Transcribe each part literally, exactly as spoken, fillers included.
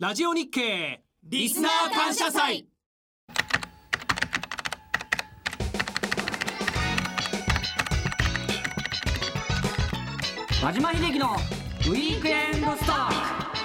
ラジオ日経リスナー感謝祭。 和島秀樹のウィークエンドストック。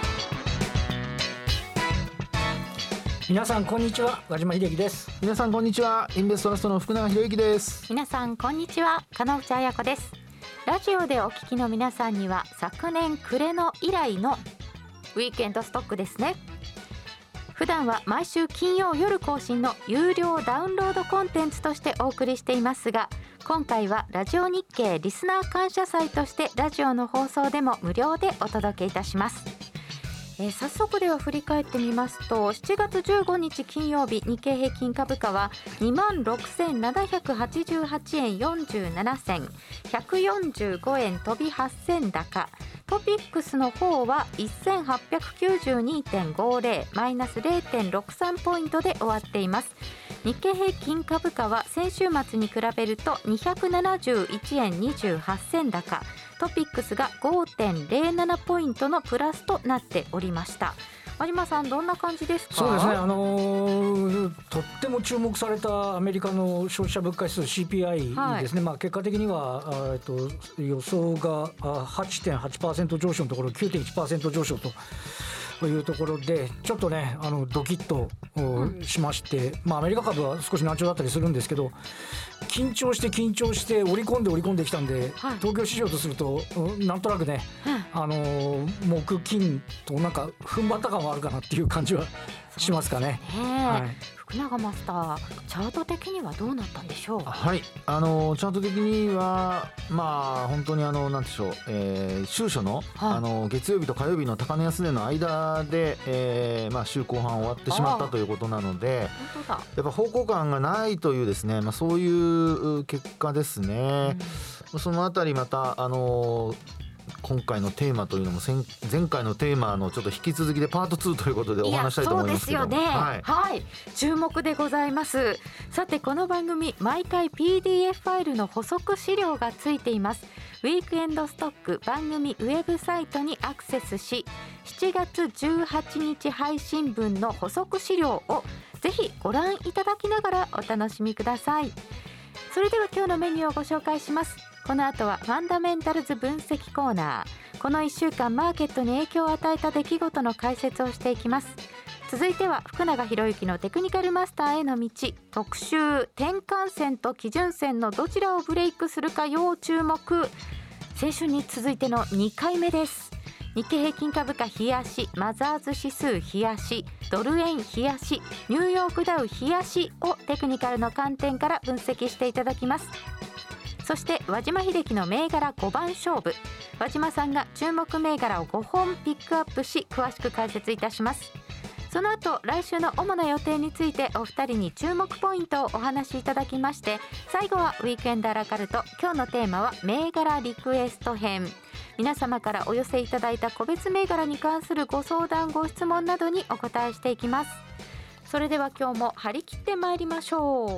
皆さんこんにちは、和島秀樹です。 皆さんこんにちは、インベストラストの福永博之です。 皆さんこんにちは、金内彩子です。ラジオでお聞きの皆さんには昨年暮れの以来のウィークエンドストックですね。普段は毎週金曜夜更新の有料ダウンロードコンテンツとしてお送りしていますが、今回はラジオ日経リスナー感謝祭としてラジオの放送でも無料でお届けいたします。えー、早速では振り返ってみますと、しちがつじゅうごにち金曜日、日経平均株価は にまんろくせんななひゃくはちじゅうはちえんよんじゅうななせん、ひゃくよんじゅうごえん飛びはち銭高。トピックスの方は せんはっぴゃくきゅうじゅうにてんごぜろ マイナス れいてんろくさん ポイントで終わっています。日経平均株価は先週末に比べるとにひゃくななじゅういちえんにじゅうはち銭高、トピックスが ごてんぜろなな ポイントのプラスとなっておりました。和島さん、どんな感じですか？ そうですね、あのー、とっても注目されたアメリカの消費者物価指数 シーピーアイ ですね、はい。まあ、結果的にはえっと予想が はちてんはちパーセント 上昇のところ きゅうてんいちパーセント 上昇とというところで、ちょっとね、あのドキッと、うん、しまして、まあ、アメリカ株は少し難聴だったりするんですけど、緊張して緊張して織り込んで織り込んできたんで、はい、東京市場とするとなんとなくね、うん、あの木金となんか踏ん張った感はあるかなっていう感じはしますかね。 はい、福永マスター、チャート的にはどうなったんでしょう？ はい、あのチャート的にはまあ本当にあのなんでしょう、えー、週初の、はい、あの月曜日と火曜日の高値安値の間で、えーまあ、週後半終わってしまったということなので、 本当だ、 やっぱ方向感がないというですね、まあ、そういう結果ですね。うん、そのあたりまたあの今回のテーマというのも前回のテーマのちょっと引き続きでパートツーということでお話したいと思いますけど。 そうですよね、はいはい、注目でございます。さて、この番組毎回 ピーディーエフ ファイルの補足資料がついています。ウィークエンドストック番組ウェブサイトにアクセスし、しちがつじゅうはちにち配信分の補足資料をぜひご覧いただきながらお楽しみください。それでは今日のメニューをご紹介します。この後はファンダメンタルズ分析コーナー。このいっしゅうかんマーケットに影響を与えた出来事の解説をしていきます。続いては福永博之のテクニカルマスターへの道特集、転換線と基準線のどちらをブレイクするか要注目。先週に続いてのにかいめです。日経平均株価冷やし、マザーズ指数冷やし、ドル円冷やし、ニューヨークダウ冷やしをテクニカルの観点から分析していただきます。そして和島秀樹の銘柄ごばん勝負、和島さんが注目銘柄をごほんピックアップし詳しく解説いたします。その後、来週の主な予定についてお二人に注目ポイントをお話しいただきまして、最後はウィークエンドアラカルト。今日のテーマは銘柄リクエスト編。皆様からお寄せいただいた個別銘柄に関するご相談ご質問などにお答えしていきます。それでは今日も張り切ってまいりましょう。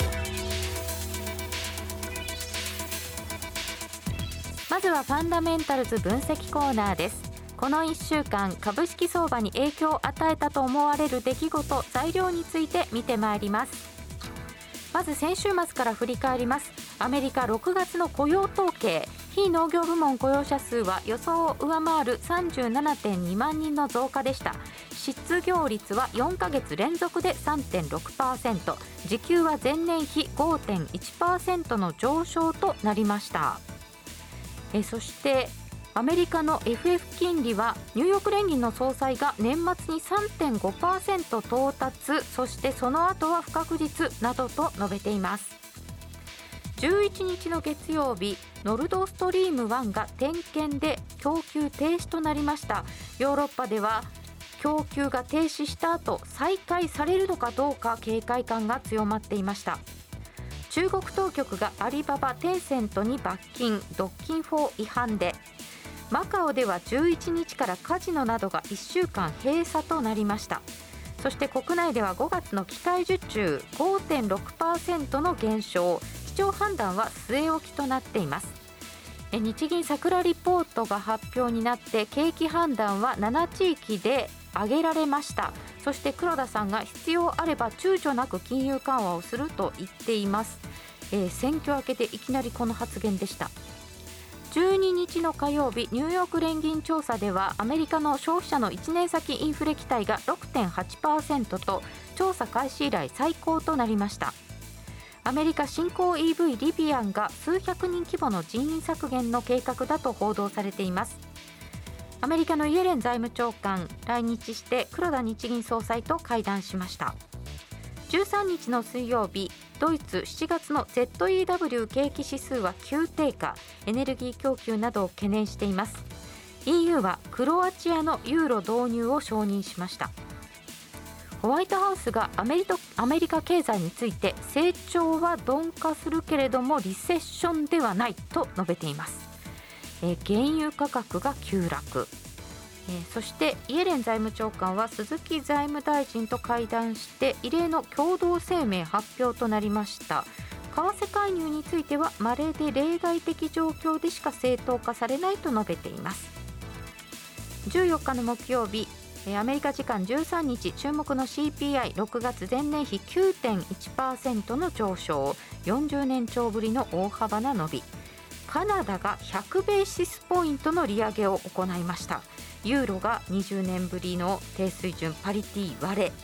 まずはファンダメンタルズ分析コーナーです。このいっしゅうかん株式相場に影響を与えたと思われる出来事、材料について見てまいります。まず先週末から振り返ります。アメリカろくがつの雇用統計、非農業部門雇用者数は予想を上回る さんじゅうななてんにまんにんの増加でした。失業率はよんかげつ連続で さんてんろくパーセント、 時給は前年比 ごてんいちパーセント の上昇となりました。えそしてアメリカの エフエフ 金利はニューヨーク連銀の総裁が年末に さんてんごパーセント 到達、そしてその後は不確実などと述べています。じゅういちにちの月曜日、ノルドストリームワンが点検で供給停止となりました。ヨーロッパでは供給が停止した後再開されるのかどうか警戒感が強まっていました。中国当局がアリババ、テンセントに罰金、独禁法違反で、マカオではじゅういちにちからカジノなどがいっしゅうかん閉鎖となりました。そして国内ではごがつの機械受注 ごてんろくパーセント の減少、基調判断は据え置きとなっています。日銀桜リポートが発表になって、景気判断はななちいきで上げられました。そして黒田さんが必要あれば躊躇なく金融緩和をすると言っています。えー、選挙明けでいきなりこの発言でした。じゅうににちの火曜日、ニューヨーク連銀調査ではアメリカの消費者のいちねん先インフレ期待が ろくてんはちパーセント と調査開始以来最高となりました。アメリカ新興 イーブイ リビアンが数百人規模の人員削減の計画だと報道されています。アメリカのイエレン財務長官来日して黒田日銀総裁と会談しました。じゅうさんにちの水曜日、ドイツしちがつの ゼットイーダブリュー 景気指数は急低下、エネルギー供給などを懸念しています。 イーユー はクロアチアのユーロ導入を承認しました。ホワイトハウスがアメリカ、アメリカ経済について成長は鈍化するけれどもリセッションではないと述べています。え原油価格が急落、そしてイエレン財務長官は鈴木財務大臣と会談して異例の共同声明発表となりました。為替介入については稀で例外的状況でしか正当化されないと述べています。じゅうよっかの木曜日、アメリカ時間じゅうさんにち、注目の シーピーアイろくがつ前年比 きゅうてんいちパーセント の上昇、よんじゅうねん超ぶりの大幅な伸び。カナダがひゃくベーシスポイントの利上げを行いました。ユーロがにじゅうねんぶりの低水準、パリティ割れ。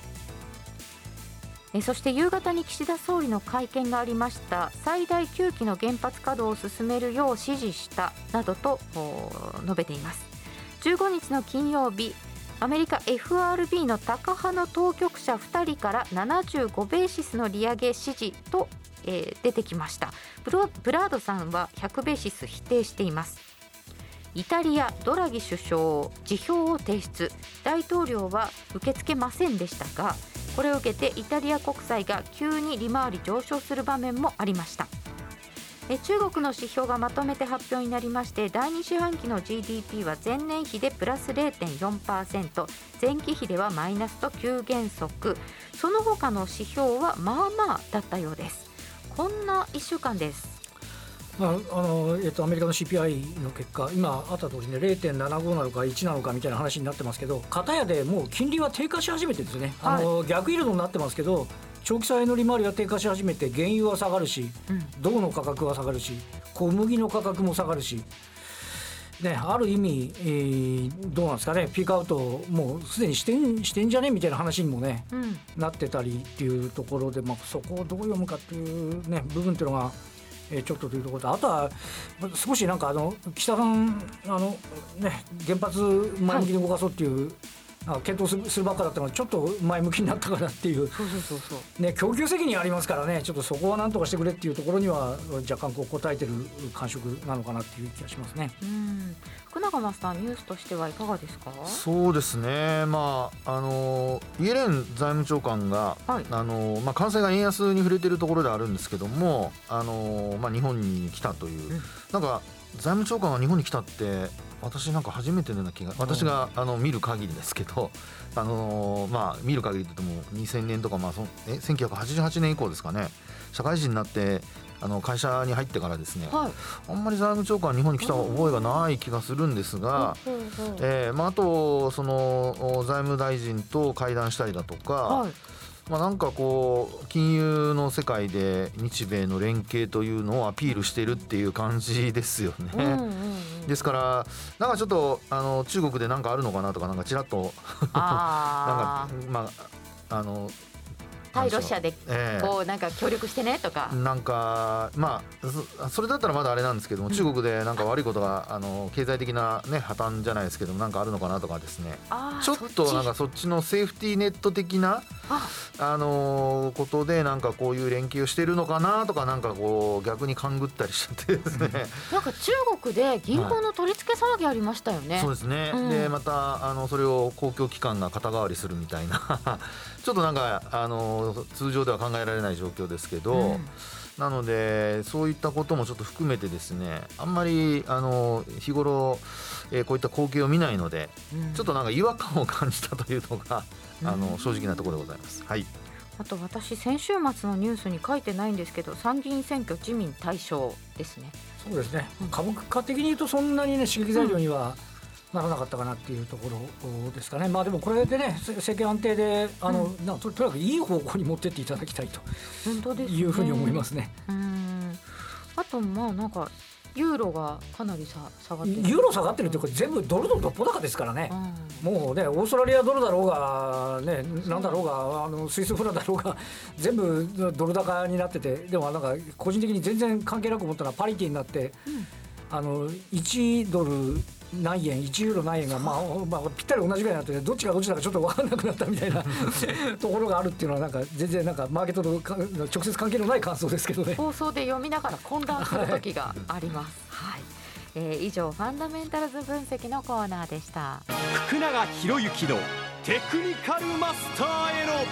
えそして夕方に岸田総理の会見がありました。最大きゅうきの原発稼働を進めるよう指示したなどと述べています。じゅうごにちの金曜日、アメリカ エフアールビー のタカ派の当局者ふたりからななじゅうごベーシスの利上げ指示と、えー、出てきました。ブロブラードさんはひゃくベーシス否定しています。イタリアドラギ首相辞表を提出、大統領は受け付けませんでしたが、これを受けてイタリア国債が急に利回り上昇する場面もありました。え中国の指標がまとめて発表になりまして、だいに四半期の ジーディーピー は前年比でプラス れいてんよんパーセント、 前期比ではマイナスと急減速、その他の指標はまあまあだったようです。こんないっしゅうかんです。 まああのえっと、アメリカの シーピーアイ の結果、今あった通りね れいてんななご なのかいちなのかみたいな話になってますけど、片やでもう金利は低下し始めてですね、はい、あの逆イールドになってますけど、長期債の利回りが低下し始めて、原油は下がるし、うん、銅の価格は下がるし、小麦の価格も下がるし、ね、ある意味、えー、どうなんですかね、ピークアウトもうすでにしてん、してんじゃねみたいな話にもね、うん、なってたりっていうところで、まあ、そこをどう読むかっていう、ね、部分っていうのがえー、ちょっとというところと、あとは少しなんかあの岸田さんあの、ね、原発前向きに動かそうっていう、はい、検討する、するばっかだったのがちょっと前向きになったかなっていう、 そうそうそうそう、 ね、供給責任ありますからね、ちょっとそこはなんとかしてくれっていうところには若干こう応えてる感触なのかなっていう気がしますね。 うん、福永マスター、ニュースとしてはいかがですか？ そうですね、まあ、あのイエレン財務長官が、はい、あのまあ、関西が円安に触れているところであるんですけども、あの、まあ、日本に来たという、うん、なんか財務長官が日本に来たって私なんか初めてのような気が、私があの見る限りですけど、あのまあ見る限りといってもにせんねんとか、まあ、そえせんきゅうひゃくはちじゅうはちねん以降ですかね、社会人になってあの会社に入ってからですね、はい、あんまり財務長官日本に来た覚えがない気がするんですが、えーまあ、あとその財務大臣と会談したりだとか、はい、まあ、なんかこう金融の世界で日米の連携というのをアピールしているっていう感じですよね、うんうんうん、ですからなんかちょっとあの中国でなんかあるのかなとか、なんかちらっとあなんかまああの対ロシアでこうなんか協力してねとか、 なんかまあそれだったらまだあれなんですけども、中国でなんか悪いことがあの経済的なね破綻じゃないですけども、なんかあるのかなとかですね、ちょっとなんかそっちのセーフティーネット的なあのことでなんかこういう連携をしてるのかなとか、なんかこう逆に勘ぐったりしちゃってですねなんか中国で銀行の取り付け騒ぎありましたよね、 はい、そうですね、うん、でまたあのそれを公共機関が肩代わりするみたいなちょっとなんかあの通常では考えられない状況ですけど、うん、なのでそういったこともちょっと含めてですね、あんまりあの日頃、えー、こういった光景を見ないので、うん、ちょっとなんか違和感を感じたというのが、うん、あの正直なところでございます、はい。 あと私先週末のニュースに書いてないんですけど、参議院選挙自民大勝ですね。 そうですね、うん、株価的に言うとそんなにね刺激材料にはならなかったかなっていうところですかね。まあでもこれでね政権安定であの、うん、な と, とにかくいい方向に持ってっていただきたいと本当です、ね、いうふうに思いますね。 うん、あとまあなんかユーロがかなりさ下がってる。 ユーロ下がってるってこれ全部ドルのどっぽ高ですからね、うん、もうねオーストラリアドルだろうが、ね、なんだろうがあのスイスフランだろうが全部ドル高になってて、でもなんか個人的に全然関係なく思ったのはパリティになって、うん、あのいちドル何円いちユーロ何円が、まあまあ、ぴったり同じぐらいになってどっちがどっちだかちょっと分からなくなったみたいなところがあるっていうのはなんか全然なんかマーケットと直接関係のない感想ですけどね。 放送で読みながら混乱する時があります、はいはい。えー、以上ファンダメンタルズ分析のコーナーでした。 福永博之のテクニカルマスターへの道。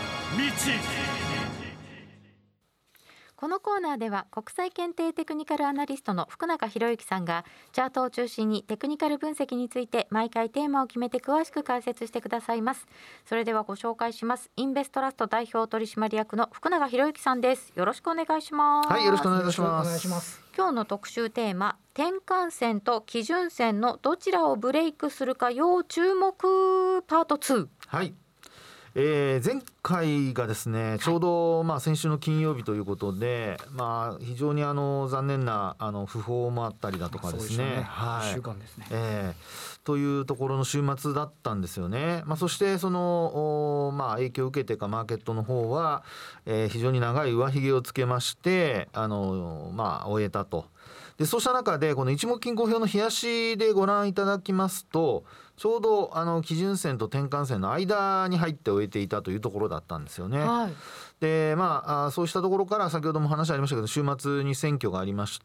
このコーナーでは国際検定テクニカルアナリストの福永博之さんがチャートを中心にテクニカル分析について毎回テーマを決めて詳しく解説してくださいます。それではご紹介します。インベストラスト代表取締役の福永博之さんです。よろしくお願いします。 はい、よろしくお願いします。 今日の特集テーマ、転換線と基準線のどちらをブレイクするか要注目パートツー。 はい、えー、前回がですねちょうどまあ先週の金曜日ということで、まあ、非常にあの残念なあの訃報もあったりだとかですね、 はい、いっしゅうかんですね、 えー、というところの週末だったんですよね。まあ、そしてその、まあ、影響を受けてかマーケットの方は、えー、非常に長い上髭をつけましてあの、まあ、終えたと。でそうした中でこの一目金公表の冷やしでご覧いただきますとちょうどあの基準線と転換線の間に入って終えていたというところだったんですよね、はい。でまあ、あそうしたところから先ほども話ありましたけど週末に選挙がありまして、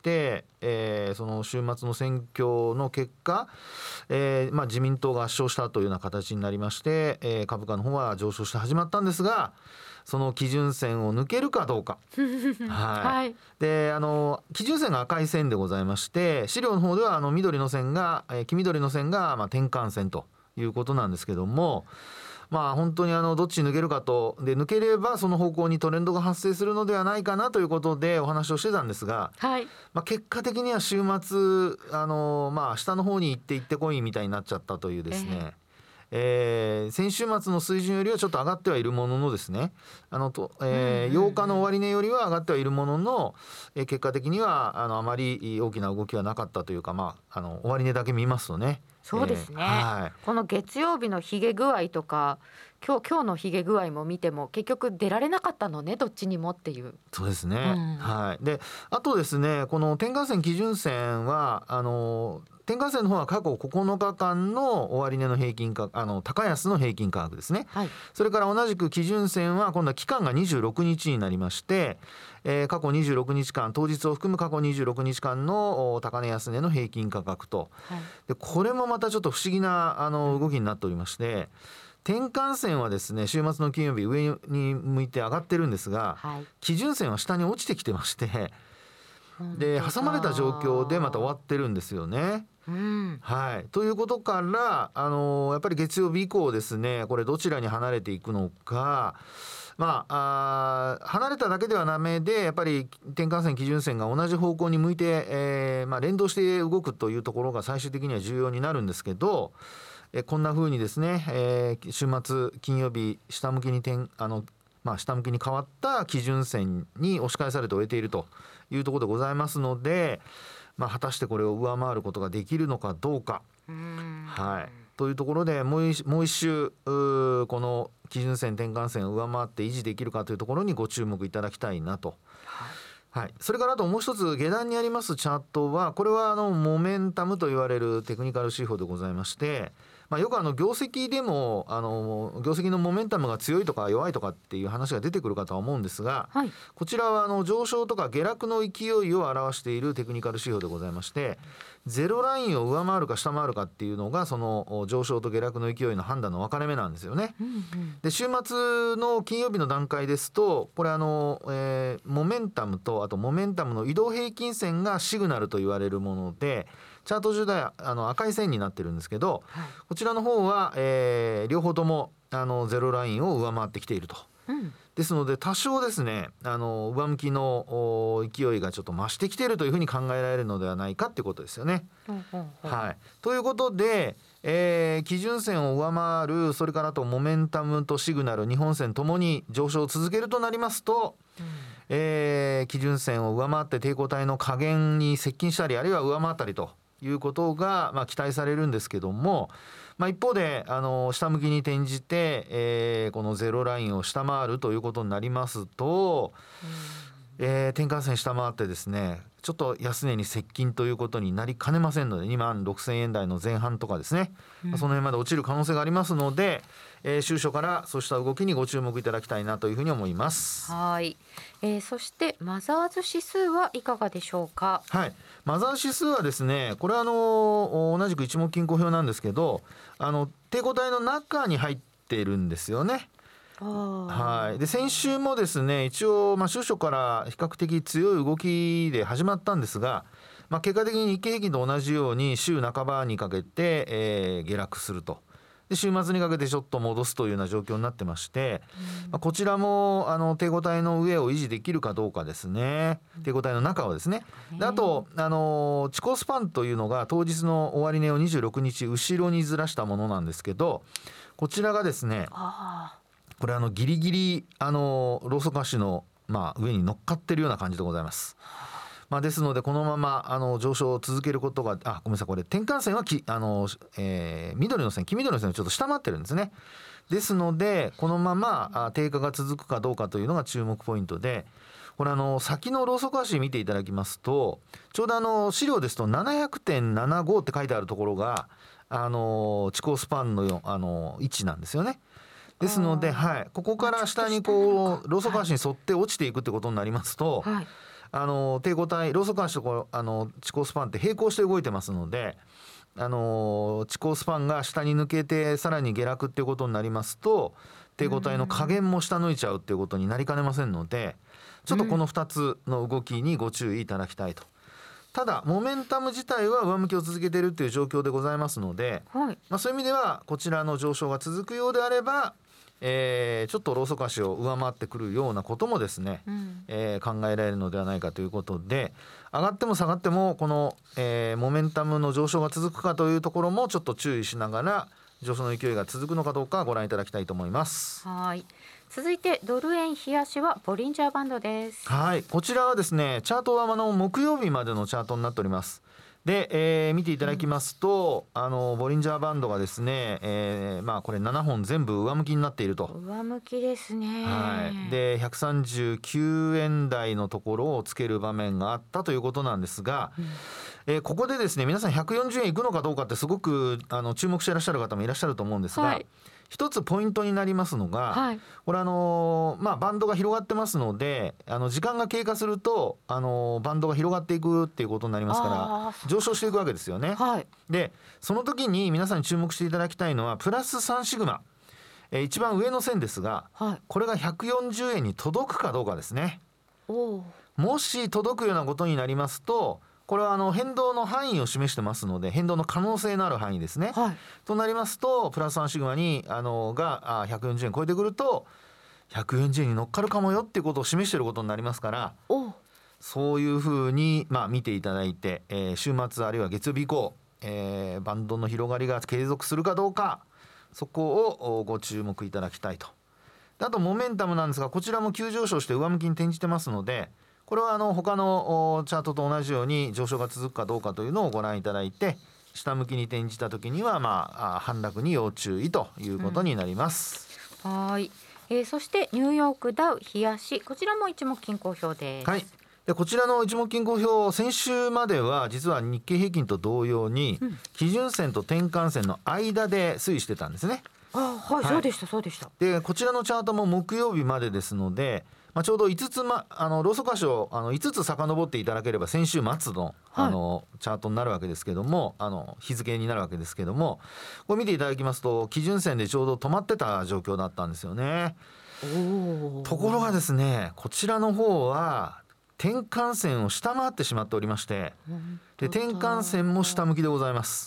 えー、その週末の選挙の結果、えーまあ、自民党が圧勝したというような形になりまして、えー、株価の方は上昇して始まったんですがその基準線を抜けるかどうか、はいはい、であの基準線が赤い線でございまして資料の方ではあの緑の線が、えー、黄緑の線が、まあ、転換線ということなんですけども、まあ、本当にあのどっち抜けるかとで抜ければその方向にトレンドが発生するのではないかなということでお話をしてたんですが、はい、まあ、結果的には週末あの、まあ、下の方に行って行ってこいみたいになっちゃったというですね、えーえー、先週末の水準よりはちょっと上がってはいるもののですねあのと、えー、ようかの終値よりは上がってはいるものの、えー、結果的にはあのあまり大きな動きはなかったというか、まあ、あの終値だけ見ますとねそうですね、 えーはい、 この月曜日のヒゲ具合とか今日、今日のヒゲ具合も見ても結局出られなかったのねどっちにもっていう。 そうですね、うん、はい。であとですねこの転換線基準線はあの転換線の方は過去ここのかかんの終値の平均価あの高安の平均価格ですね、はい、それから同じく基準線は今度は期間がにじゅうろくにちになりまして、えー、過去にじゅうろくにちかん当日を含む過去にじゅうろくにちかんの高値安値の平均価格と、はい、でこれもまたちょっと不思議なあの動きになっておりまして転換線はですね週末の金曜日上に向いて上がってるんですが、はい、基準線は下に落ちてきてましてで挟まれた状況でまた終わってるんですよね。うんはい、ということから、あのー、やっぱり月曜日以降ですねこれどちらに離れていくのか、まあ、あ離れただけではダメでやっぱり転換線基準線が同じ方向に向いて、えーまあ、連動して動くというところが最終的には重要になるんですけどえこんな風にですね、えー、週末金曜日下向きに転あの、まあ、下向きに変わった基準線に押し返されて終えているというところでございますので、まあ、果たしてこれを上回ることができるのかどうか、うんはい、というところでもう一、もう一周この基準線転換線を上回って維持できるかというところにご注目いただきたいなと、はいはい、それからあともう一つ下段にありますチャートはこれはあのモメンタムと言われるテクニカル指標でございましてまあ、よくあの業績でもあの業績のモメンタムが強いとか弱いとかっていう話が出てくるかとは思うんですが、はい、こちらはあの上昇とか下落の勢いを表しているテクニカル指標でございましてゼロラインを上回るか下回るかっていうのがその上昇と下落の勢いの判断の分かれ目なんですよね、うんうん、で週末の金曜日の段階ですとこれあの、えー、モメンタムとあとモメンタムの移動平均線がシグナルと言われるものでチャート上ではあの赤い線になってるんですけど、はい、こちらの方は、えー、両方ともあのゼロラインを上回ってきているとうん、 ですので多少ですねあの上向きの勢いがちょっと増してきているというふうに考えられるのではないかということですよね。 うんうんうん、 はい、ということで、えー、基準線を上回るそれからあとモメンタムとシグナル日本線ともに上昇を続けるとなりますと、うんえー、基準線を上回って抵抗体の下限に接近したりあるいは上回ったりということが、まあ、期待されるんですけども、まあ、一方であの下向きに転じて、えー、このゼロラインを下回るということになりますと、うんえー、転換線下回ってですねちょっと安値に接近ということになりかねませんのでにまんろくせんえん台の前半とかですね、うん、その辺まで落ちる可能性がありますので、えー、週初からそうした動きにご注目いただきたいなというふうに思います。 はい、えー、そしてマザーズ指数はいかがでしょうか。 はい、マザーズ指数はですねこれはあの同じく一目均衡表なんですけどあの抵抗体の中に入っているんですよね。はい、で先週もですね一応、まあ、週初から比較的強い動きで始まったんですが、まあ、結果的に日経平均と同じように週半ばにかけて、えー、下落するとで週末にかけてちょっと戻すというような状況になってまして、うんまあ、こちらもあの抵抗体の上を維持できるかどうかですね抵抗体の中をですねであとあの地高スパンというのが当日の終値をにじゅうろくにち後ろにずらしたものなんですけどこちらがですねあこれあのギリギリあのローソク足の、まあ、上に乗っかってるような感じでございます。まあ、ですのでこのままあの上昇を続けることがあごめんなさいこれ転換線はきあの、えー、緑の線黄緑の線をちょっと下回ってるんですね。ですのでこのままあ低下が続くかどうかというのが注目ポイントでこれあの先のローソク足見ていただきますとちょうどあの資料ですと ななひゃくてんななご って書いてあるところがあの地高スパンのあの位置なんですよね。ですので、はい、ここから下にこうローソク足に沿って落ちていくってことになりますと、はい、あの抵抗体ローソク足とこうあの地高スパンって並行して動いてますのであの地高スパンが下に抜けてさらに下落っていうことになりますと抵抗体の下限も下抜いちゃうっていうことになりかねませんのでちょっとこのふたつの動きにご注意いただきたいと。ただモメンタム自体は上向きを続けているという状況でございますので、はいまあ、そういう意味ではこちらの上昇が続くようであればえー、ちょっとローソク足を上回ってくるようなこともですね、うんえー、考えられるのではないかということで上がっても下がってもこの、えー、モメンタムの上昇が続くかというところもちょっと注意しながら上昇の勢いが続くのかどうかご覧いただきたいと思います。 はい続いてドル円冷やしはボリンジャーバンドです。 はいこちらはですねチャートはあの木曜日までのチャートになっております。で、えー、見ていただきますと、うん、あのボリンジャーバンドがですね、えー、まあこれななほん全部上向きになっていると上向きですね、 はい、でひゃくさんじゅうきゅうえん台のところをつける場面があったということなんですが、うんえー、ここでですね皆さんひゃくよんじゅうえんいくのかどうかってすごくあの注目していらっしゃる方もいらっしゃると思うんですが、はい一つポイントになりますのが、はい、これあのーまあ、バンドが広がってますのであの時間が経過すると、あのー、バンドが広がっていくっていうことになりますから上昇していくわけですよね、はい、でその時に皆さんに注目していただきたいのはプラスさんシグマ、えー、一番上の線ですが、はい、これがひゃくよんじゅうえんに届くかどうかですね。おもし届くようなことになりますとこれはあの変動の範囲を示してますので変動の可能性のある範囲ですね、はい、となりますとプラスさんシグマにあのがひゃくよんじゅうえん超えてくるとひゃくよんじゅうえんに乗っかるかもよっていうことを示していることになりますからそういうふうにまあ見ていただいて、えー、週末あるいは月曜日以降、えー、バンドの広がりが継続するかどうかそこをご注目いただきたいと。あとモメンタムなんですがこちらも急上昇して上向きに転じてますのでこれはあの他のチャートと同じように上昇が続くかどうかというのをご覧いただいて下向きに転じた時にはまあ反落に要注意ということになります、 うん、はい、えー、そしてニューヨークダウ冷やしこちらも一目均衡表です。 はいでこちらの一目均衡表先週までは実は日経平均と同様に、うん、基準線と転換線の間で推移してたんですね。 あ、はい、はい、そうでしたそうでした。 でこちらのチャートも木曜日までですのでまあ、ちょうどいつつ、ま、あのローソク足をあのいつつ遡っていただければ先週末 の, あの、はい、チャートになるわけですけどもあの日付になるわけですけどもこれ見ていただきますと基準線でちょうど止まってた状況だったんですよね。おところがですねこちらの方は転換線を下回ってしまっておりましてで転換線も下向きでございます。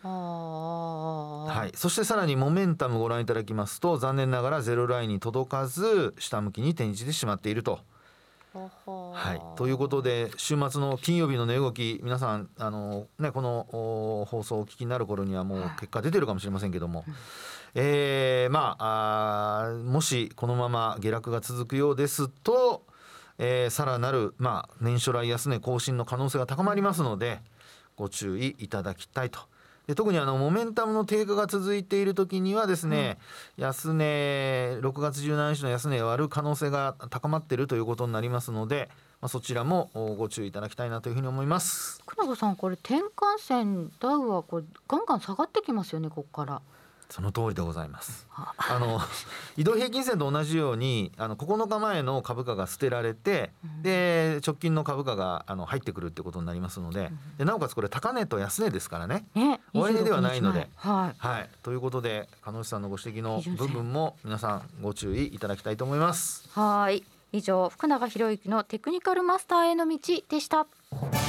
はい、そしてさらにモメンタムご覧いただきますと、残念ながらゼロラインに届かず下向きに転じてしまっていると。はい、ということで週末の金曜日の値動き、皆さんあの、ね、この放送をお聞きになる頃にはもう結果出てるかもしれませんけども、えーまあ、あもしこのまま下落が続くようですと、えー、さらなる、まあ、年初来安値更新の可能性が高まりますのでご注意いただきたいと。で特にあのモメンタムの低下が続いている時にはですね、うん、安値ろくがつじゅうしちにちの安値を割る可能性が高まっているということになりますので、まあ、そちらもご注意いただきたいなというふうに思います。 久永さん、これ転換線ダウはこれガンガン下がってきますよね、ここから。 その通りでございます。あの移動平均線と同じようにあのここのかまえの株価が捨てられて、うん、で直近の株価があの入ってくるってことになりますので、うん、でなおかつこれ高値と安値ですからね、ね終値ではないので、はいはい、ということで鹿野内さんのご指摘の部分も皆さんご注意いただきたいと思います。 はい、以上福永博之のテクニカルマスターへの道でした。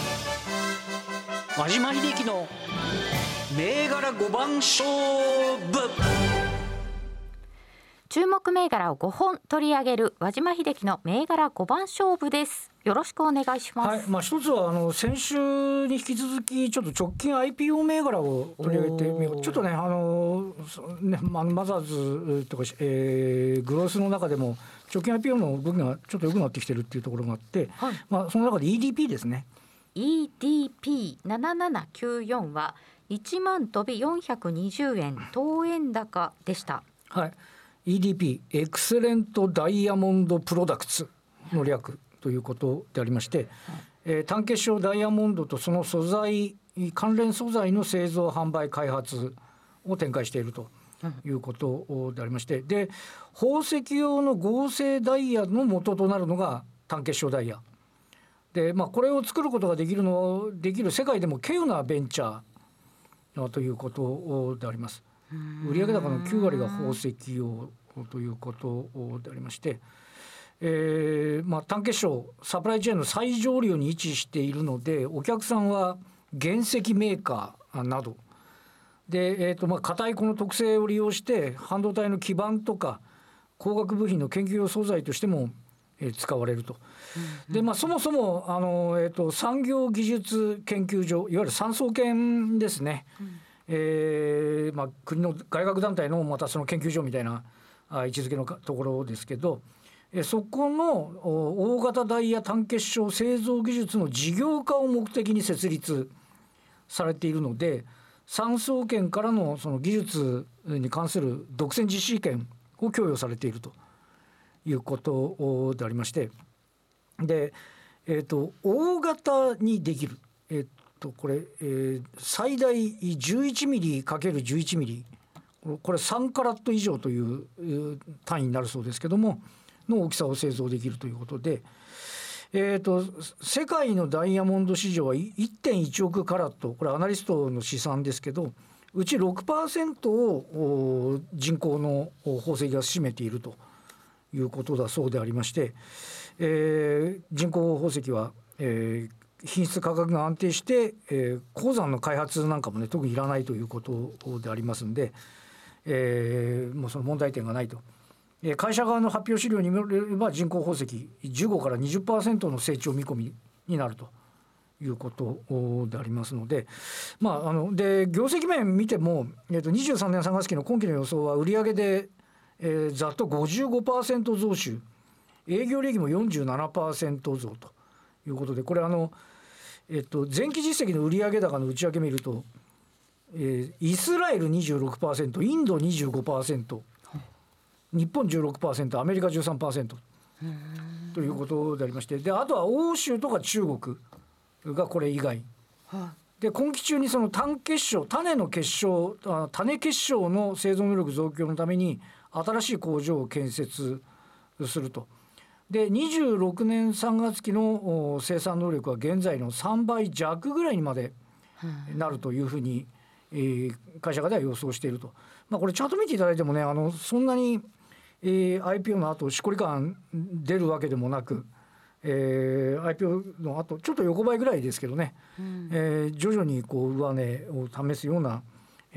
和島秀樹の銘柄ごばん勝負。 注目銘柄をごほん取り上げる和島秀樹の銘柄ごばん勝負です。よろしくお願いします。はい、 まあ、一つはあの先週に引き続きちょっと直近 アイピーオー 銘柄を取り上げてみよう。ちょっとねあのねマザーズとか、えー、グロースの中でも直近 アイピーオー の動きがちょっと良くなってきてるっていうところがあって、はい、まあ、その中で イーディーピー ですね。 イーディーピーななななきゅうよん はいちまん飛びよんひゃくにじゅうえん、当円高でした。 はい、イーディーピー エクセレントダイヤモンドプロダクツの略ということでありまして、はい、えー、単結晶ダイヤモンドとその素材関連素材の製造販売開発を展開しているということでありまして、で宝石用の合成ダイヤの元となるのが単結晶ダイヤで、まあ、これを作ることができるのできる世界でも稀有なベンチャーということであります。売上高のきゅうわりが宝石用ということでありまして、えーまあ、単結晶サプライチェーンの最上流に位置しているので、お客さんは原石メーカーなどで、えーとまあ、硬いこの特性を利用して半導体の基板とか光学部品の研究用素材としても使われると。で、まあ、そもそもあの、えーと、産業技術研究所、いわゆる産総研ですね、うん、えーまあ、国の外学団体のまたその研究所みたいなあ位置づけのところですけど、えそこの大型ダイヤ単結晶製造技術の事業化を目的に設立されているので、産総研からのその技術に関する独占実施権を供与されているということでありまして、で、えー、と大型にできる、えー、とこれ、えー、最大 じゅういちミリかけるじゅういちミリ、これさんカラット以上という単位になるそうですけどもの大きさを製造できるということで、えー、と世界のダイヤモンド市場は いってんいちおくカラット、これアナリストの試算ですけど、うち ろくパーセント を人口の宝石が占めているということだそうでありまして、えー、人工宝石は、えー、品質価格が安定して、えー、鉱山の開発なんかもね特にいらないということでありますんで、えー、もうその問題点がないと。えー、会社側の発表資料によれば人工宝石じゅうごからにじゅっパーセントの成長見込みになるということでありますので、まあ、あので業績面見ても、えー、とにじゅうさんねんさんがつ期の今期の予想は売上で、えー、ざっと ごじゅうごパーセント 増収、営業利益も よんじゅうななパーセント 増ということで、これあの、えっと、前期実績の売上高の内訳見ると、えー、イスラエル にじゅうろくパーセント、インド にじゅうごパーセント、日本 じゅうろくパーセント、アメリカ じゅうさんパーセント ということでありまして、であとは欧州とか中国がこれ以外で、今期中にその単結晶種の結晶種結晶の製造能力増強のために新しい工場を建設すると。でにじゅうろくねんさんがつ期の生産能力は現在のさんばいじゃくぐらいにまでなるというふうに、えー、会社側では予想していると。まあ、これチャート見ていただいてもね、あのそんなに、えー、アイピーオー の後しこり感出るわけでもなく、えー、アイピーオー の後ちょっと横ばいぐらいですけどね、うん、えー、徐々にこう上値を試すような、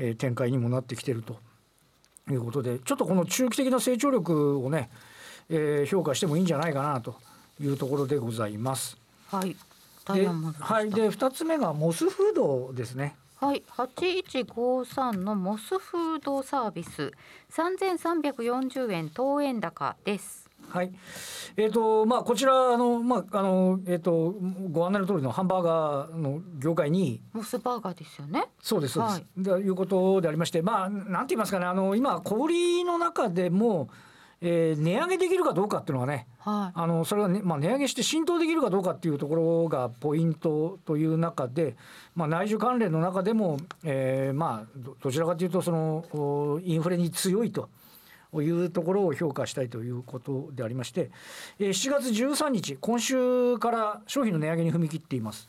えー、展開にもなってきているということで、ちょっとこの中期的な成長力をね、えー、評価してもいいんじゃないかなというところでございます。 はい。 で、はい、でふたつめがモスフードですね。 はい、はちいちごさんのモスフードサービスさんぜんさんびゃくよんじゅうえん当円高です。 はい、えーとまあ、こちらあの、まああのえー、とご案内の通りのハンバーガーの業界にモスバーガーですよね。 そうですそうです、 はい、 ということでありまして、まあ、なんて言いますかね、あの今小売りの中でも、えー、値上げできるかどうかっていうのはね、はい、あのそれは、ねまあ、値上げして浸透できるかどうかっていうところがポイントという中で、まあ、内需関連の中でも、えーまあ、ど, どちらかというとそのインフレに強いというところを評価したいということでありまして、しちがつじゅうさんにち今週から商品の値上げに踏み切っています。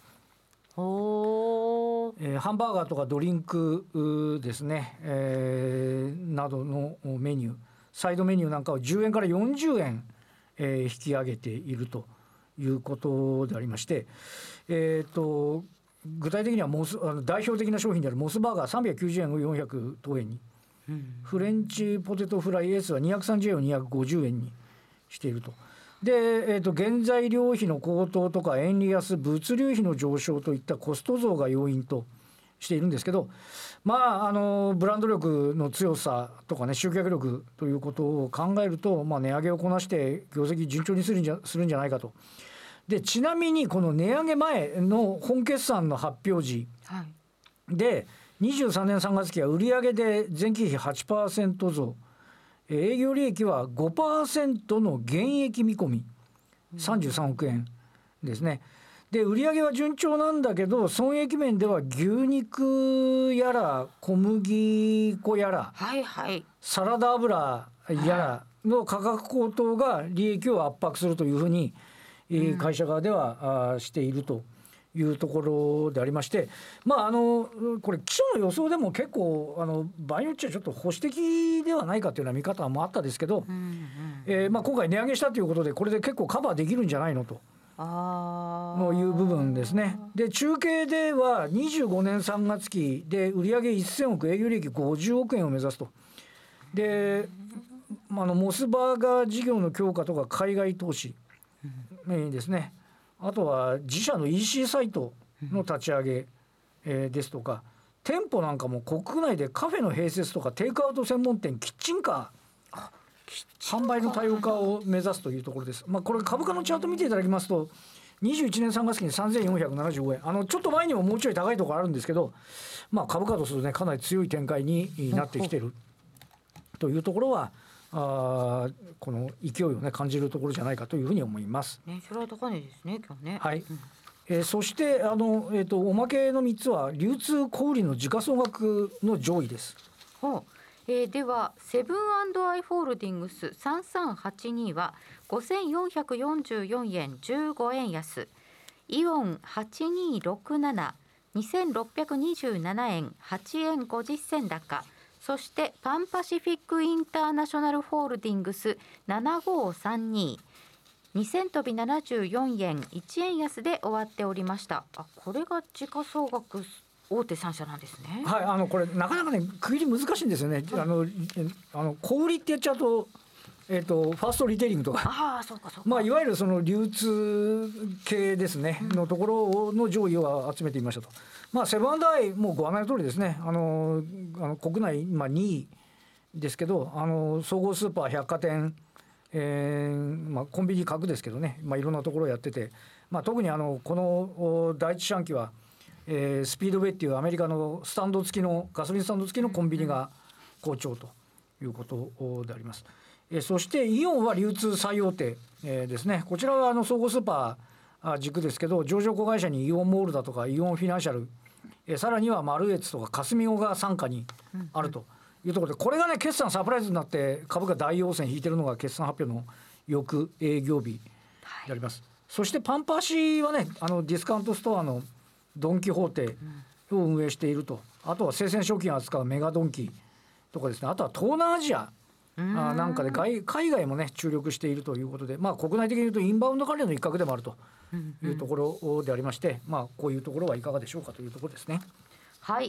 おえー、ハンバーガーとかドリンクですね、えー、などのメニュー、サイドメニューなんかをじゅうえんからよんじゅうえん、えー、引き上げているということでありまして、えー、と具体的にはモスあの代表的な商品であるモスバーガーさんびゃくきゅうじゅうえんをよんひゃく当円に、うん、フレンチポテトフライエースはにひゃくさんじゅうえんをにひゃくごじゅうえんにしていると。で、えー、と原材料費の高騰とか円利安、物流費の上昇といったコスト増が要因としているんですけど、まあ、あのブランド力の強さとかね、集客力ということを考えると、まあ、値上げをこなして業績順調にするんじゃ、するんじゃないかと。でちなみにこの値上げ前の本決算の発表時で、にじゅうさんねんさんがつ期は売上で前期比 はちパーセント 増、営業利益は ごパーセント の減益見込みさんじゅうさんおくえんですね。で売上は順調なんだけど、損益面では牛肉やら小麦粉やら、 はいはい、 サラダ油やらの価格高騰が利益を圧迫するというふうに、うん、会社側ではしているというところでありまして、まあ、あのこれ基礎の予想でも結構あの場合によっちゃちょっと保守的ではないかというような見方もあったですけど、うんうんえーまあ、今回値上げしたということでこれで結構カバーできるんじゃないのとのいう部分ですね。で中継ではにじゅうごねんさんがつ期で売上せんおく、営業利益ごじゅうおくえんを目指すと。であのモスバーガー事業の強化とか海外投資ですね、あとは自社の イーシー サイトの立ち上げ、えー、ですとか、店舗なんかも国内でカフェの併設とかテイクアウト専門店、キッチンカー販売の多様化を目指すというところです。まあ、これ株価のチャート見ていただきますとにじゅういちねんさんがつ期にさんぜんよんひゃくななじゅうごえん、あのちょっと前にももうちょい高いところあるんですけど、まあ、株価とするとねかなり強い展開になってきているというところはあこの勢いをね感じるところじゃないかというふうに思います。 ね、それは高値ですね今日ね。 はい、うんえー、そしてあの、えー、とおまけのみっつは流通小売の時価総額の上位です。 ほうえー、ではセブン&アイ・ホールディングスさんさんはちにはごせんよんひゃくよんじゅうよんえんじゅうごえん安、イオンはちにーろくなな にせんろっぴゃくにじゅうななえんはちえんごじゅっせん高、そしてパンパシフィックインターナショナルホールディングスななごーさんに にせんとびななじゅうよんえんいちえん安で終わっておりました。あ、これが時価総額大手さん社なんですね。 はい、あのこれなかなかね区切り難しいんですよね。あのあの小売りってやっちゃうと、えーと、ファーストリテイリングとか、 あ、そうかそうか、 まあ、いわゆるその流通系ですね、うん、のところの上位を集めていましたと。まあ、セブン&アイもご案内の通りですね、あのあの国内今にいですけど、あの総合スーパー、百貨店、えーまあ、コンビニ各ですけどね、まあ、いろんなところをやってて、まあ、特にあのこの第一四半期はえー、スピードウェイっていうアメリカのスタンド付きのガソリンスタンド付きのコンビニが好調ということであります。えー、そしてイオンは流通最大手、えー、ですね。こちらはあの総合スーパー軸ですけど、上場子会社にイオンモールだとかイオンフィナンシャル、えー、さらにはマルエツとかカスミオが傘下にあるというところで、これがね決算サプライズになって株価大陽線引いてるのが決算発表の翌営業日であります。はい、そしてパンパシはね、あのディスカウントストアのドンキホーテを運営していると。あとは生鮮食品を扱うメガドンキとかですね、あとは東南アジアなんかで外海外もね注力しているということで、まあ、国内的に言うとインバウンド関連の一角でもあるというところでありまして、まあ、こういうところはいかがでしょうかというところですね。 はい、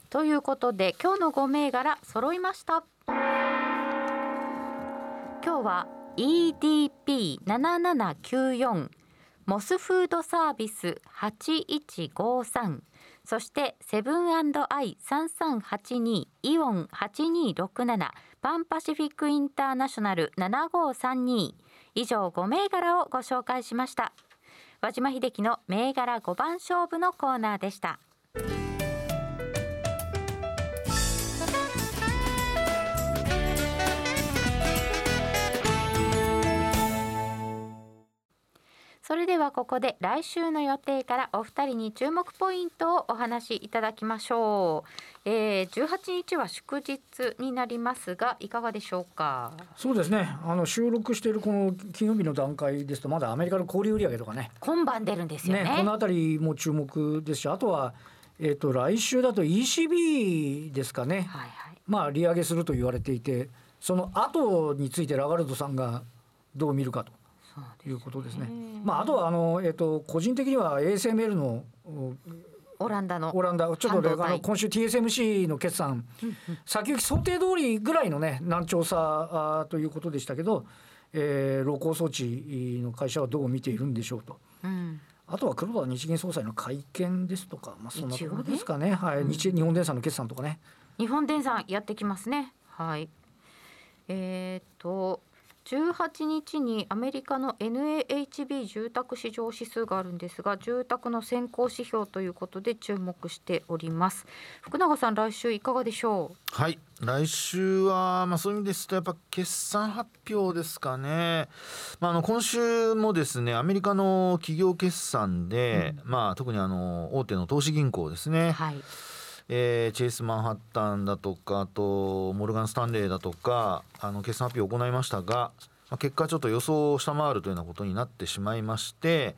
ということで今日のご銘柄揃いました。今日は イーディーピーななななきゅうよん、モスフードサービスはちいちごさん、そしてセブン&アイさんさんはちに、イオンはちにろくなな、パンパシフィックインターナショナルななごさんに、以上ご銘柄をご紹介しました。和島秀樹の銘柄ごばん勝負のコーナーでした。それではここで来週の予定からお二人に注目ポイントをお話しいただきましょう。えー、じゅうはちにちは祝日になりますがいかがでしょうか。 そうですね、あの収録しているこの金曜日の段階ですとまだアメリカの小売売上とかね今晩出るんですよ ね, ねこのあたりも注目ですし、あとは、えー、と来週だと イーシービー ですかね、 はいはい、 まあ、利上げすると言われていて、その後についてラガルドさんがどう見るかということですね。まあ、あとはあの、えー、と個人的には エーエスエムエル のオランダのオランダちょっと、ね、あの今週 ティーエスエムシー の決算、うんうん、先行き想定通りぐらいのね難聴さということでしたけど、えー、露光装置の会社はどう見ているんでしょうと、うん、あとは黒田日銀総裁の会見ですとか、まあ、そんなところですかね、はい、うん、日, 日本電産の決算とかね、 日本電産やってきますね。はい、えー、とじゅうはちにちにアメリカの エヌエーエイチビー 住宅市場指数があるんですが、住宅の先行指標ということで注目しております。福永さん、来週いかがでしょう。 はい、来週は、まあ、そういう意味ですとやっぱ決算発表ですかね。まあ、あの今週もですねアメリカの企業決算で、うん、まあ、特にあの大手の投資銀行ですね、はい、えー、チェイスマンハッタンだとか、あとモルガンスタンレーだとかあの決算発表を行いましたが、まあ、結果ちょっと予想を下回るというようなことになってしまいまして、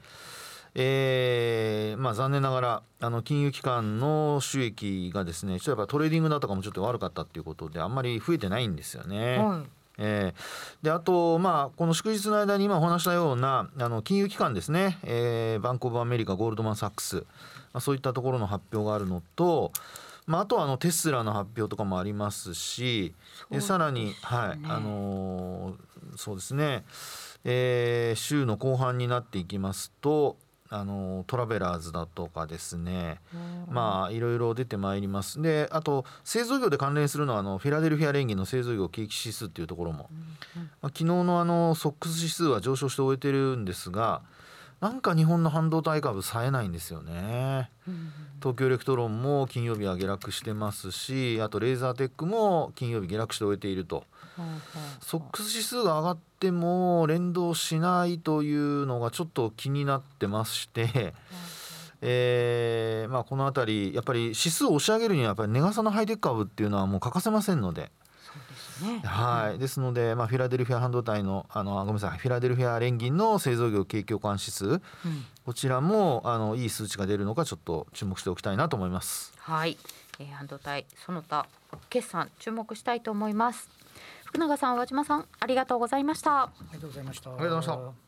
えーまあ、残念ながらあの金融機関の収益がですねちょっとやっぱトレーディングだとかもちょっと悪かったということであんまり増えてないんですよね。はい、えー、であと、まあ、この祝日の間に今お話したようなあの金融機関ですね、えー、バンクオブアメリカ、ゴールドマンサックス、まあ、そういったところの発表があるのと、まあ、あとはあのテスラの発表とかもありますし、でさらに、はい、あのー、そうですね、えー、週の後半になっていきますとあのトラベラーズだとかですね、まあいろいろ出てまいります。であと製造業で関連するのはあのフィラデルフィア連銀の製造業景気指数っていうところも、まあ、昨日のあのソックス指数は上昇して終えてるんですが、なんか日本の半導体株冴えないんですよね。東京エレクトロンも金曜日は下落してますし、あとレーザーテックも金曜日下落して終えていると。ソックス指数が上がっても連動しないというのがちょっと気になってまして、えーまあ、このあたりやっぱり指数を押し上げるにはやっぱり値傘のハイテク株っていうのはもう欠かせませんので、そうですね、はい、ですので、まあ、フィラデルフィア半導体の、あのごめんなさいフィラデルフィア連銀の製造業景況感指数、うん、こちらもあのいい数値が出るのかちょっと注目しておきたいなと思います。 はい、えー、半導体その他決算注目したいと思います。福永さん、和島さん、ありがとうございました。 ありがとうございました。 ありがとうございました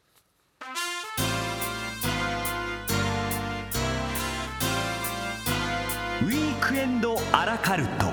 ウィークエンドアラカルト。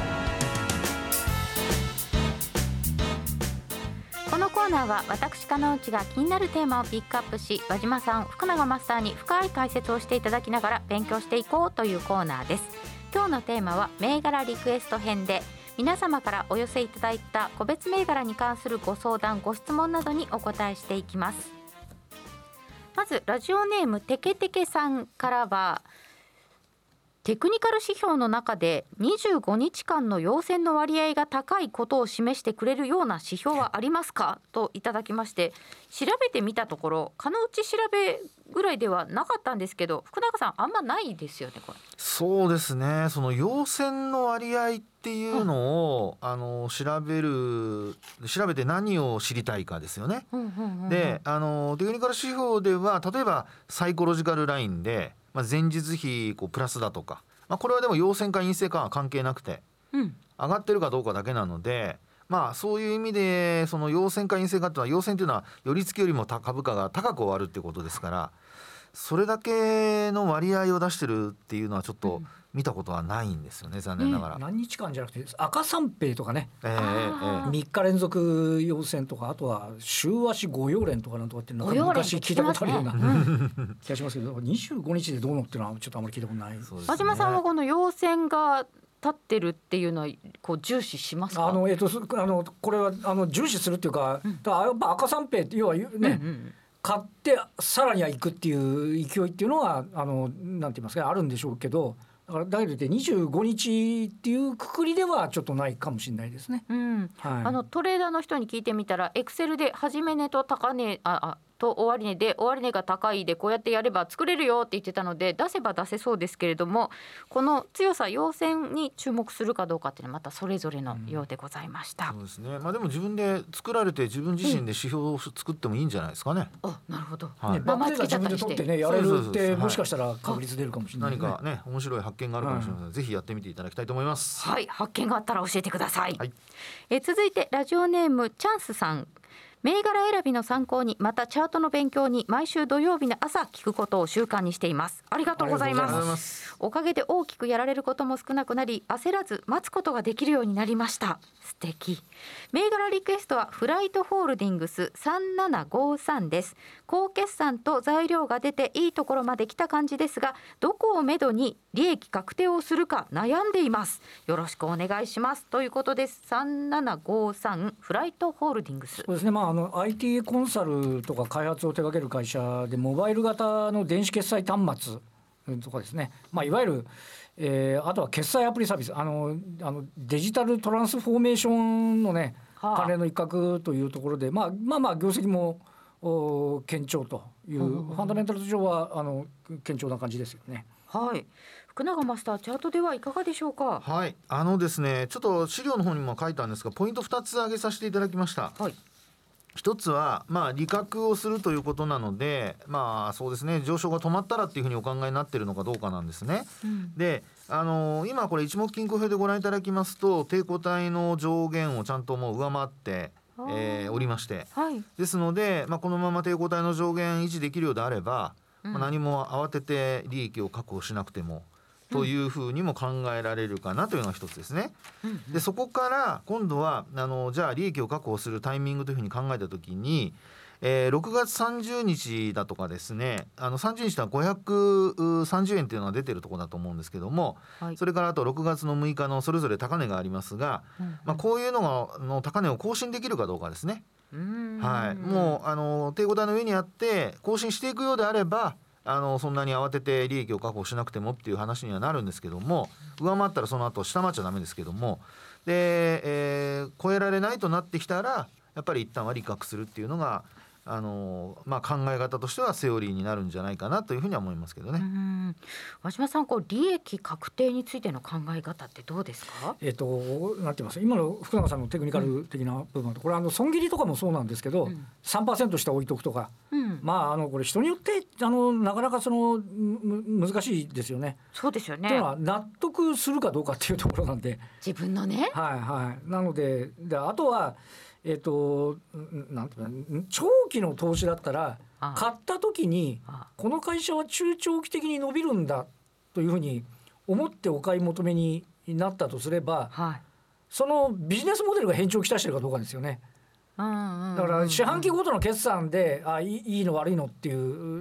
このコーナーは私加納内が気になるテーマをピックアップし、和島さん、福永マスターに深い解説をしていただきながら勉強していこうというコーナーです。今日のテーマは銘柄リクエスト編で、皆様からお寄せいただいた個別銘柄に関するご相談ご質問などにお答えしていきます。まずラジオネームテケテケさんからは、テクニカル指標の中でにじゅうごにちかんの陽線の割合が高いことを示してくれるような指標はありますかといただきまして、調べてみたところかのうち調べぐらいではなかったんですけど、福永さんあんまないですよねこれ。 そうですね、その陽線の割合っていうのを、うん、あの調べる調べて何を知りたいかですよね、うんうんうんうん、であのテクニカル指標では例えばサイコロジカルラインで、まあ、前日比こうプラスだとか、まあ、これはでも陽線か陰性かは関係なくて、うん、上がってるかどうかだけなので、まあ、そういう意味でその陽線か陰性かっていうのは、陽線というのは寄り付きよりも株価が高く終わるっていうことですから、 それだけの割合を出してるっていうのはちょっと見たことはないんですよね、残念ながら、 ね、何日間じゃなくて赤三平とかね、 えーえー、 みっか連続陽線とか、あとは週足五陽連とかなんとかってなんか昔聞いたことあるような、ね、気がしますけど、にじゅうごにちでどうのっていうのはちょっとあまり聞いたことない。 和島さんはこの陽線が立ってるっていうのはこう重視しますか？ あの、えー、とあのこれはあの重視するっていうか、うん、だやっぱ赤三平って要はね、うんうん、買ってさらには行くっていう勢いっていうのはあのなんて言いますか、あるんでしょうけど、だからだけどってにじゅうごにちっていうくくりではちょっとないかもしれないですね、 うんはい、あのトレーダーの人に聞いてみたらエクセルで始め値と高値ああと終値で終値が高いでこうやってやれば作れるよって言ってたので、出せば出せそうですけれども、この強さ陽線に注目するかどうかっていうのはまたそれぞれのようでございました、 うん、そうですね、まあ、でも自分で作られて自分自身で指標を作ってもいいんじゃないですかね、 うん、あなるほど、 はい、名前つけちゃったりして自分で取ってねやれるってもしかしたら確率出るかもしれない、ね、 何かね面白い発見があるかもしれません、はい、ぜひやってみていただきたいと思います。 はい、発見があったら教えてください、 はい、 え続いてラジオネームチャンスさん、銘柄選びの参考にまたチャートの勉強に毎週土曜日の朝聞くことを習慣にしています。ありがとうございます。おかげで大きくやられることも少なくなり、焦らず待つことができるようになりました。素敵。銘柄リクエストはフライトホールディングスさんななごさんです。高決算と材料が出ていいところまで来た感じですが、どこをめどに利益確定をするか悩んでいます。よろしくお願いしますということです。さんななごさんフライトホールディングス。 そうですね、まあ、あの アイティー コンサルとか開発を手掛ける会社でモバイル型の電子決済端末とかですね、まあ、いわゆる、えー、あとは決済アプリサービス、あのあのデジタルトランスフォーメーションのね、はあ、関連の一角というところで、まあ、まあまあ業績も堅調という、うん、ファンダメンタル上はあの堅調な感じですよね。 はい、福永マスター、チャートではいかがでしょうか。 はい、あのですね、ちょっと資料の方にも書いたんですが、ポイントふたつ挙げさせていただきました。はい、一つは、まあ、利確をするということなので、まあそうですね、上昇が止まったらっていうふうにお考えになっているのかどうかなんですね、うん、で、あのー、今これ一目均衡表でご覧いただきますと、抵抗体の上限をちゃんともう上回ってえー、おりまして、はい、ですので、まあ、このまま抵抗体の上限維持できるようであれば、うん、まあ、何も慌てて利益を確保しなくてもというふうにも考えられるかなというのが一つですね、うん、でそこから今度はあのじゃあ利益を確保するタイミングというふうに考えたときに、えー、ろくがつさんじゅうにちだとかですね、あのさんじゅうにちはごひゃくさんじゅうえんというのが出てるところだと思うんですけども、はい、それからあとろくがつのむいかのそれぞれ高値がありますが、うんうん、まあ、こういうのがの高値を更新できるかどうかですね。うーん、はい、もうあの抵抗体の上にあって更新していくようであれば、あのそんなに慌てて利益を確保しなくてもっていう話にはなるんですけども、上回ったらその後下回っちゃダメですけども、で、えー、超えられないとなってきたらやっぱり一旦は利確するっていうのがあのまあ、考え方としてはセオリーになるんじゃないかなというふうには思いますけどね。うん、 和島さん、こう利益確定についての考え方ってどうですか。 えーと、なんて言います、今の福永さんのテクニカル的な部分、うん、これあの損切りとかもそうなんですけど、うん、さんパーセント 下置いとくとか、うん、まあ、あのこれ人によってあのなかなかそのむ難しいですよね。 そうですよね。 というのは納得するかどうかっていうところなんで、 自分のね、 はいはい、なので、であとはえーと、なんていうの、長期の投資だったら買った時にこの会社は中長期的に伸びるんだというふうに思ってお買い求めになったとすれば、はい、そのビジネスモデルが変調をきたしてるかどうかですよね。だから四半期ごとの決算であいいの悪いのっていう、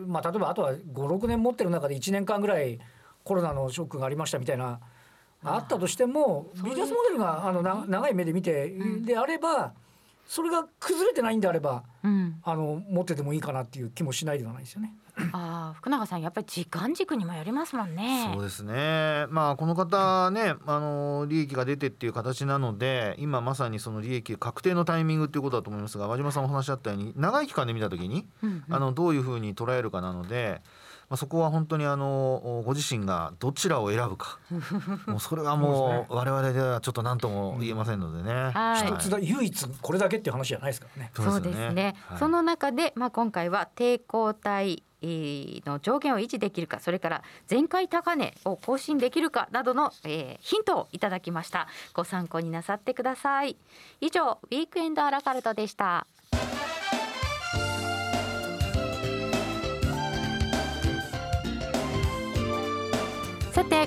まあ、例えばあとはごろくねん持ってる中でいちねんかんぐらいコロナのショックがありましたみたいなあったとしても、ビジネスモデルがあのな長い目で見てであれば、それが崩れてないんであれば、うん、あの持っててもいいかなっていう気もしないではないですよね。 あ、福永さん、やっぱり時間軸にもよりますもんね。 そうですね、まあ、この方ね、あの利益が出てっていう形なので、今まさにその利益確定のタイミングっていうことだと思いますが、和島さんお話しあったように長い期間で見たときに、うんうん、あのどういうふうに捉えるかなので、まあ、そこは本当にあのご自身がどちらを選ぶかもうそれはもう我々ではちょっと何とも言えませんのでね、うん、 はい、一つだ唯一これだけっていう話じゃないですからね。 そうですね、ね、はい、その中で、まあ、今回は抵抗体の上限を維持できるか、それから前回高値を更新できるかなどの、えー、ヒントをいただきました。ご参考になさってください。以上、ウィークエンドアラカルトでした。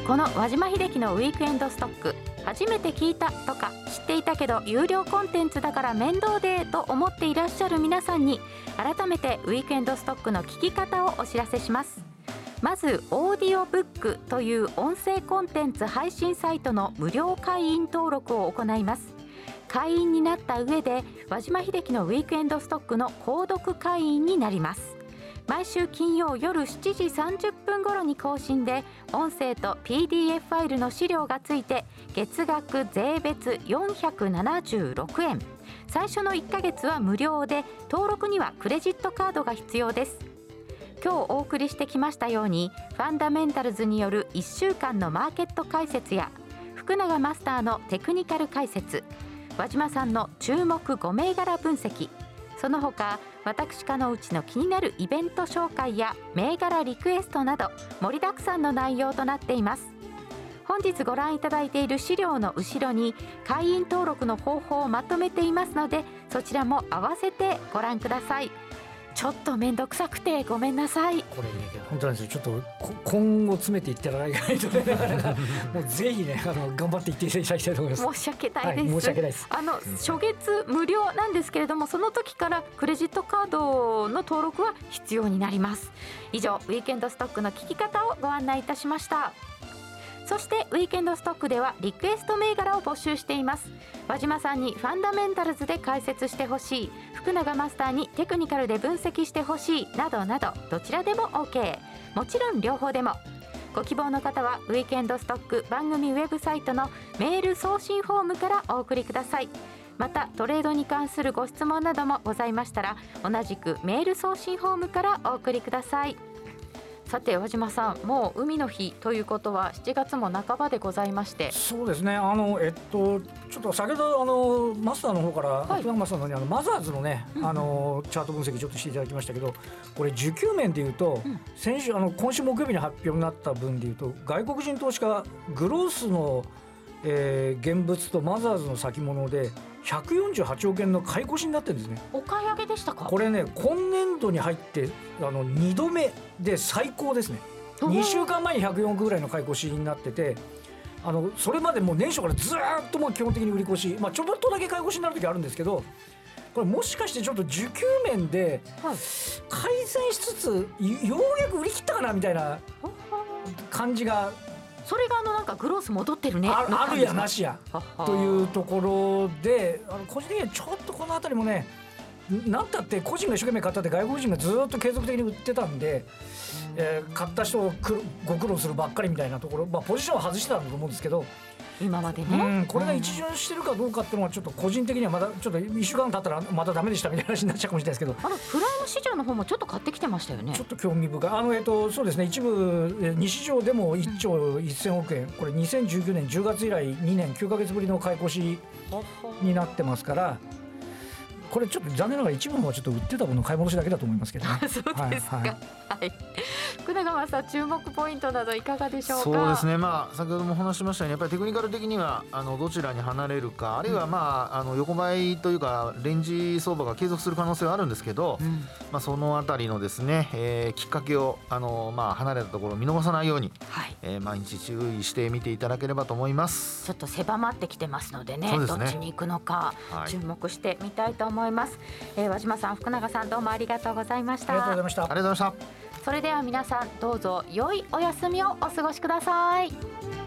この輪島秀樹のウィークエンドストック、初めて聞いたとか知っていたけど有料コンテンツだから面倒でと思っていらっしゃる皆さんに改めてウィークエンドストックの聞き方をお知らせします。まずオーディオブックという音声コンテンツ配信サイトの無料会員登録を行います。会員になった上で輪島秀樹のウィークエンドストックの購読会員になります。毎週金曜夜しちじさんじゅっぷん頃に更新で、音声と ピーディーエフ ファイルの資料がついて月額税別よんひゃくななじゅうろくえん、最初のいっかげつは無料で、登録にはクレジットカードが必要です。今日お送りしてきましたように、ファンダメンタルズによるいっしゅうかんのマーケット解説や福永マスターのテクニカル解説、輪島さんの注目ご銘柄分析、その他私かのうちの気になるイベント紹介や銘柄リクエストなど盛りだくさんの内容となっています。本日ご覧いただいている資料の後ろに会員登録の方法をまとめていますので、そちらも合わせてご覧ください。ちょっと面倒くさくてごめんなさい。 これね、本当なんですよ。ちょっと今後詰めていっていただかないとねもうぜひね、あの頑張っていっていただきたいと思います。 申し訳ないです、 はい、申し訳ないです。 あの初月無料なんですけれども、その時からクレジットカードの登録は必要になります。以上、ウィークエンドストックの聞き方をご案内いたしました。そしてウィークエンドストックではリクエスト銘柄を募集しています。輪島さんにファンダメンタルズで解説してほしい、福永マスターにテクニカルで分析してほしいなどなど、どちらでも OK、 もちろん両方でも。ご希望の方はウィークエンドストック番組ウェブサイトのメール送信フォームからお送りください。またトレードに関するご質問などもございましたら、同じくメール送信フォームからお送りください。さて輪島さん、もう海の日ということはしちがつも半ばでございまして。 そうですね、あのえっとちょっと先ほどあのマスターの方から、 はい、 福永マスターの方にあのマザーズのね、うんうん、あのチャート分析ちょっとしていただきましたけど、これ需給面でいうと、うん、先週あの今週木曜日に発表になった分でいうと、外国人投資家グロースの、えー、現物とマザーズの先物でひゃくよんじゅうはちおくえんの買い越しになってるんですね。 お買い上げでしたか。 これね、今年度に入ってあのにどめで最高ですね。にしゅうかんまえにひゃくよんおくぐらいの買い越しになってて、あのそれまでもう年初からずーっともう基本的に売り越し、まあ、ちょっとだけ買い越しになる時あるんですけど、これもしかしてちょっと需給面で改善しつつ、ようやく売り切ったかなみたいな感じが、 それがあのなんかグロース戻ってるね、 あ, あるやなしやというところで、あの個人的にはちょっとこのあたりもね、なんたって個人が一生懸命買ったって外国人がずっと継続的に売ってたんで、えー、買った人をご苦労するばっかりみたいなところ、まあ、ポジションは外してたんだと思うんですけど、 今までね、 うん、これが一巡してるかどうかっていうのはちょっと個人的にはまだちょっといっしゅうかん経ったらまたダメでしたみたいな話になっちゃうかもしれないですけど、 あのプライム市場の方もちょっと買ってきてましたよね。 ちょっと興味深い。あの、えっと、そうですね、一部に市場でもいっちょうせんおくえん、これにせんじゅうきゅうねんじゅうがつ以来にねんきゅうかげつぶりの買い越しになってますから、これちょっと残念ながら一部もちょっと売ってた分の買い戻しだけだと思いますけどね。 そうですか、はいはいはい、福永マスター、注目ポイントなどいかがでしょうか。 そうですね、まあ、先ほども話しましたように、やっぱりテクニカル的にはあのどちらに離れるか、あるいは、まあ、あの横ばいというかレンジ相場が継続する可能性はあるんですけど、うん、まあ、そのあたりのですね、えー、きっかけをあの、まあ、離れたところを見逃さないように、はい、えー、毎日注意して見ていただければと思います。 ちょっと狭まってきてますので ね, でねどっちに行くのか注目してみたいと思います。はい、えー、輪島さん、福永さん、どうもありがとうございました。 ありがとうございました。 ありがとうございました。 それでは皆さん、どうぞ良いお休みをお過ごしください。